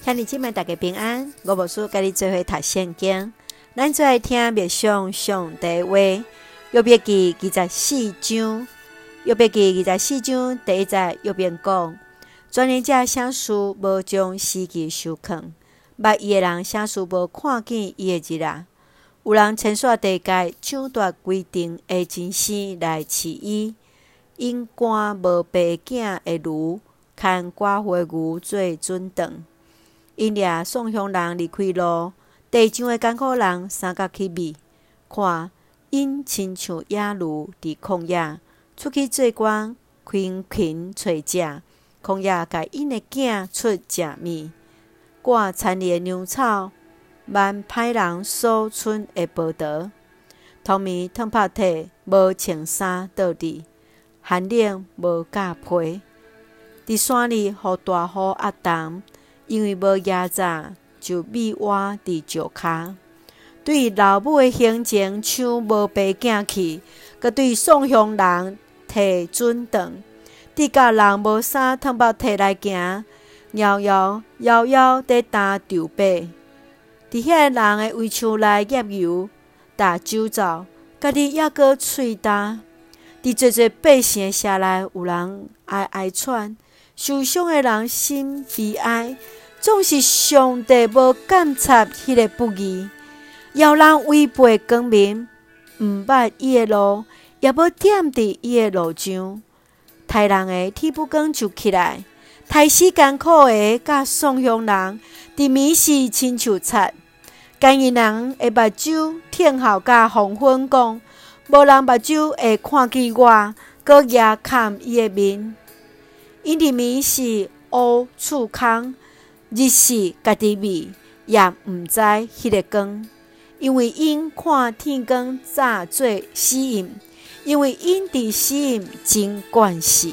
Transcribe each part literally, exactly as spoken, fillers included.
兄弟姐妹大家平安，我无事甲你做伙读圣经，咱做来听默想上帝话。约伯记二十四章，约伯记二十四章第一节，约伯讲：全能者写书无将死期收藏，捌伊的人写书无看见伊的日啊。有人牵线地界，抢夺规定的真生来饲伊，因赶无爸囝的驴，牵寡妇的牛做准当。因掠送乡人离开路，地上的艰苦人三角去觅，看因亲像野驴伫旷野，出去做工，群群找食，旷野甲因的囝出食物，赶田里的牛草，挽歹人所剩的报道。汤面烫拍体，无穿衫倒伫，寒冷无架被，伫山里予大雨压重。因为无野早，就米活伫石骹。对老母的行程抢无爸囝去，佮对送乡人摕准当。伫甲人无衫通包摕来行，摇摇摇摇地担稻把。伫遐人的围墙内业油，打酒糟，家己抑阁喙干。伫侪侪百姓的城内，有人哀哀喘。受伤的人心悲哀，总是上帝无监察迄个不义，要人违背光明，毋捌伊的路，也无点伫伊的路上。杀人的天不光就起来，杀死艰苦的甲送乡人，伫暝时亲像贼。奸淫人的目睭挺后甲黄昏讲，无人目睭会看见我，搁夜看伊的面。因伫暝时乌厝空，日时家己味，也毋知迄个光。因为因看天光早做死印，因为因伫死印真惯势。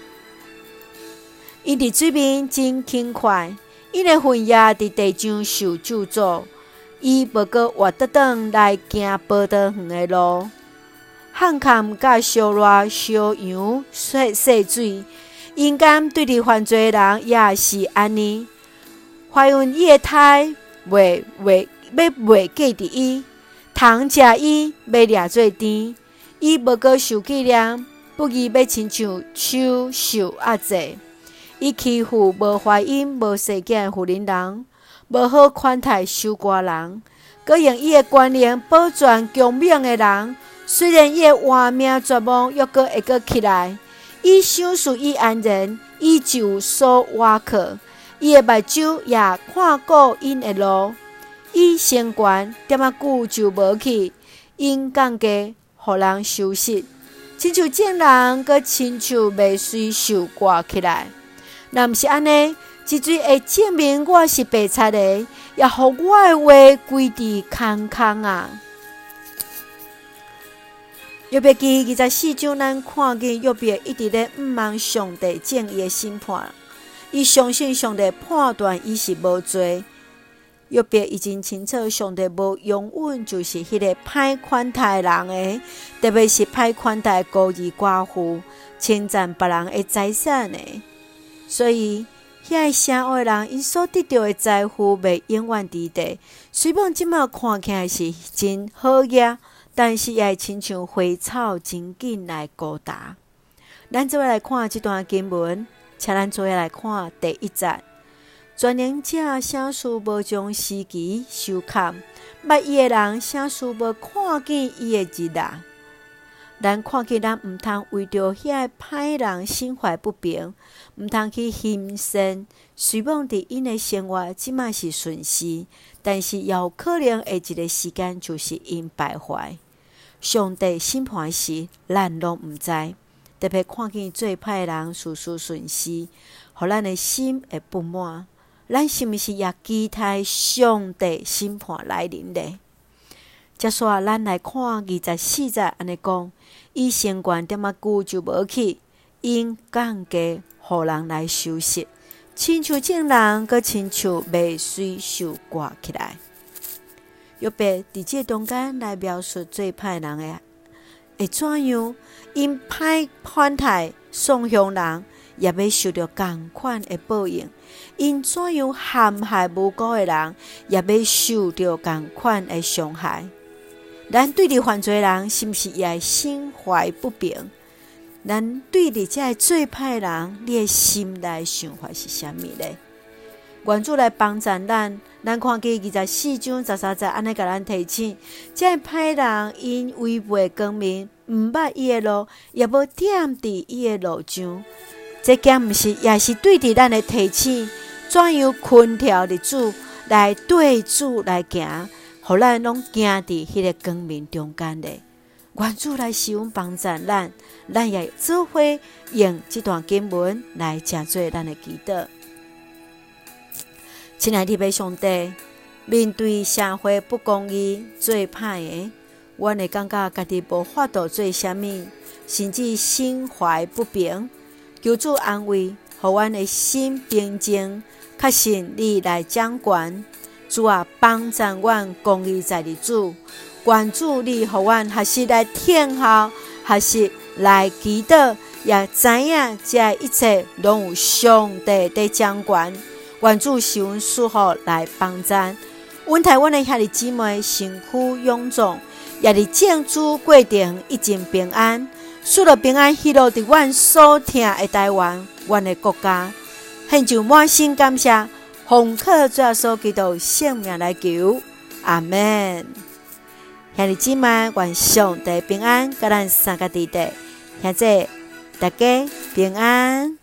因伫水面真轻快，因的魂也伫地上受咒诅。伊无搁活倒转来行报道远的路，旱坎甲烧热烧羊洗洗水。因敢对伫犯罪的人也是安尼，怀孕伊的胎袂袂要袂嫁伫伊，通食伊要掠做甜，伊无搁受纪念，不义要亲像手受压制。伊欺负无怀孕无生囝的妇人人，无好款待守寡人，搁用伊的权能保全强猛的人。虽然伊的活命绝望，又搁会搁起来。伊想属伊安人，伊就所倚靠。伊的目睭也看顾因的路。伊升悬点仔久就无去，因降低，互人收拾。亲像正人，搁亲像未遂受挂起来。若毋是安尼，即水会证明我是白贼的，也互我的话归伫空空啊！约伯记二十四章，咱看见约伯一直咧毋望上帝正义的审判，伊相信上帝判断伊是无罪。约伯已经清楚，上帝无永远就是迄个歹款待人的，特别是歹款待孤儿寡妇、侵占别人的财产的。所以，遐个社会人因所得到的财富袂永远伫地，虽然即马看起来是真好业。但是也会亲像花草真紧来高达。咱做来看这段经文，请咱做来看第一节。全能者写书无将死期收藏，捌伊的人写书无看见伊的日啊。咱看见咱毋通为着遐个歹人心怀不平，毋通去心生。虽望伫因的生活即马是顺时，但是也有可能会一个时间就是因败坏。上帝审判时，咱拢毋知，特别看见做歹人事事顺时，互咱的心会不满。咱是毋是也期待上帝审判来临呢？接续咱来看二十四节，安尼讲，伊升悬点仔久就无去，因降低，互人来收拾。亲像正人，搁亲像未遂受挂起来。约伯伫这中间来描述做歹人的会怎样，因歹款待送乡人， 也要受到同款的报应。因怎样陷害无辜的人，也要受到同款的伤害。咱对伫犯罪人，是毋是也会心怀不平？咱对伫这最歹的人，你的心内想法是啥物呢？愿主来帮助咱，咱看见二十四章十三节安尼甲咱提醒，这歹人因违背光明，毋捌伊的路，也无踮伫伊的路上。这件毋是，也是对伫咱的提醒，怎样困条日主来对主来行，互咱拢行伫迄个光明中间咧。愿主来使用帮助咱，咱也做伙用这段经文来成做咱的祈祷。亲爱的弟兄弟，面对社会不公义、最歹的，阮会感觉家己无法度做啥物，甚至心怀不平。求主安慰，互阮的心平静，确信你来掌权。主啊，帮助阮公义在你主，愿主你互阮学习来听候，学习来祈祷，也知影这一切拢有上帝在掌权。愿主是阮属福来帮助，阮台湾的兄弟姊妹身躯臃肿，也伫政治过程一尽平安，赐了平安喜乐伫阮所听的台湾，阮的国家，现就满心感谢，奉靠主耶稣基督圣名来求，阿们。兄弟姊妹，愿上帝平安，甲咱三个弟弟，现在大家平安。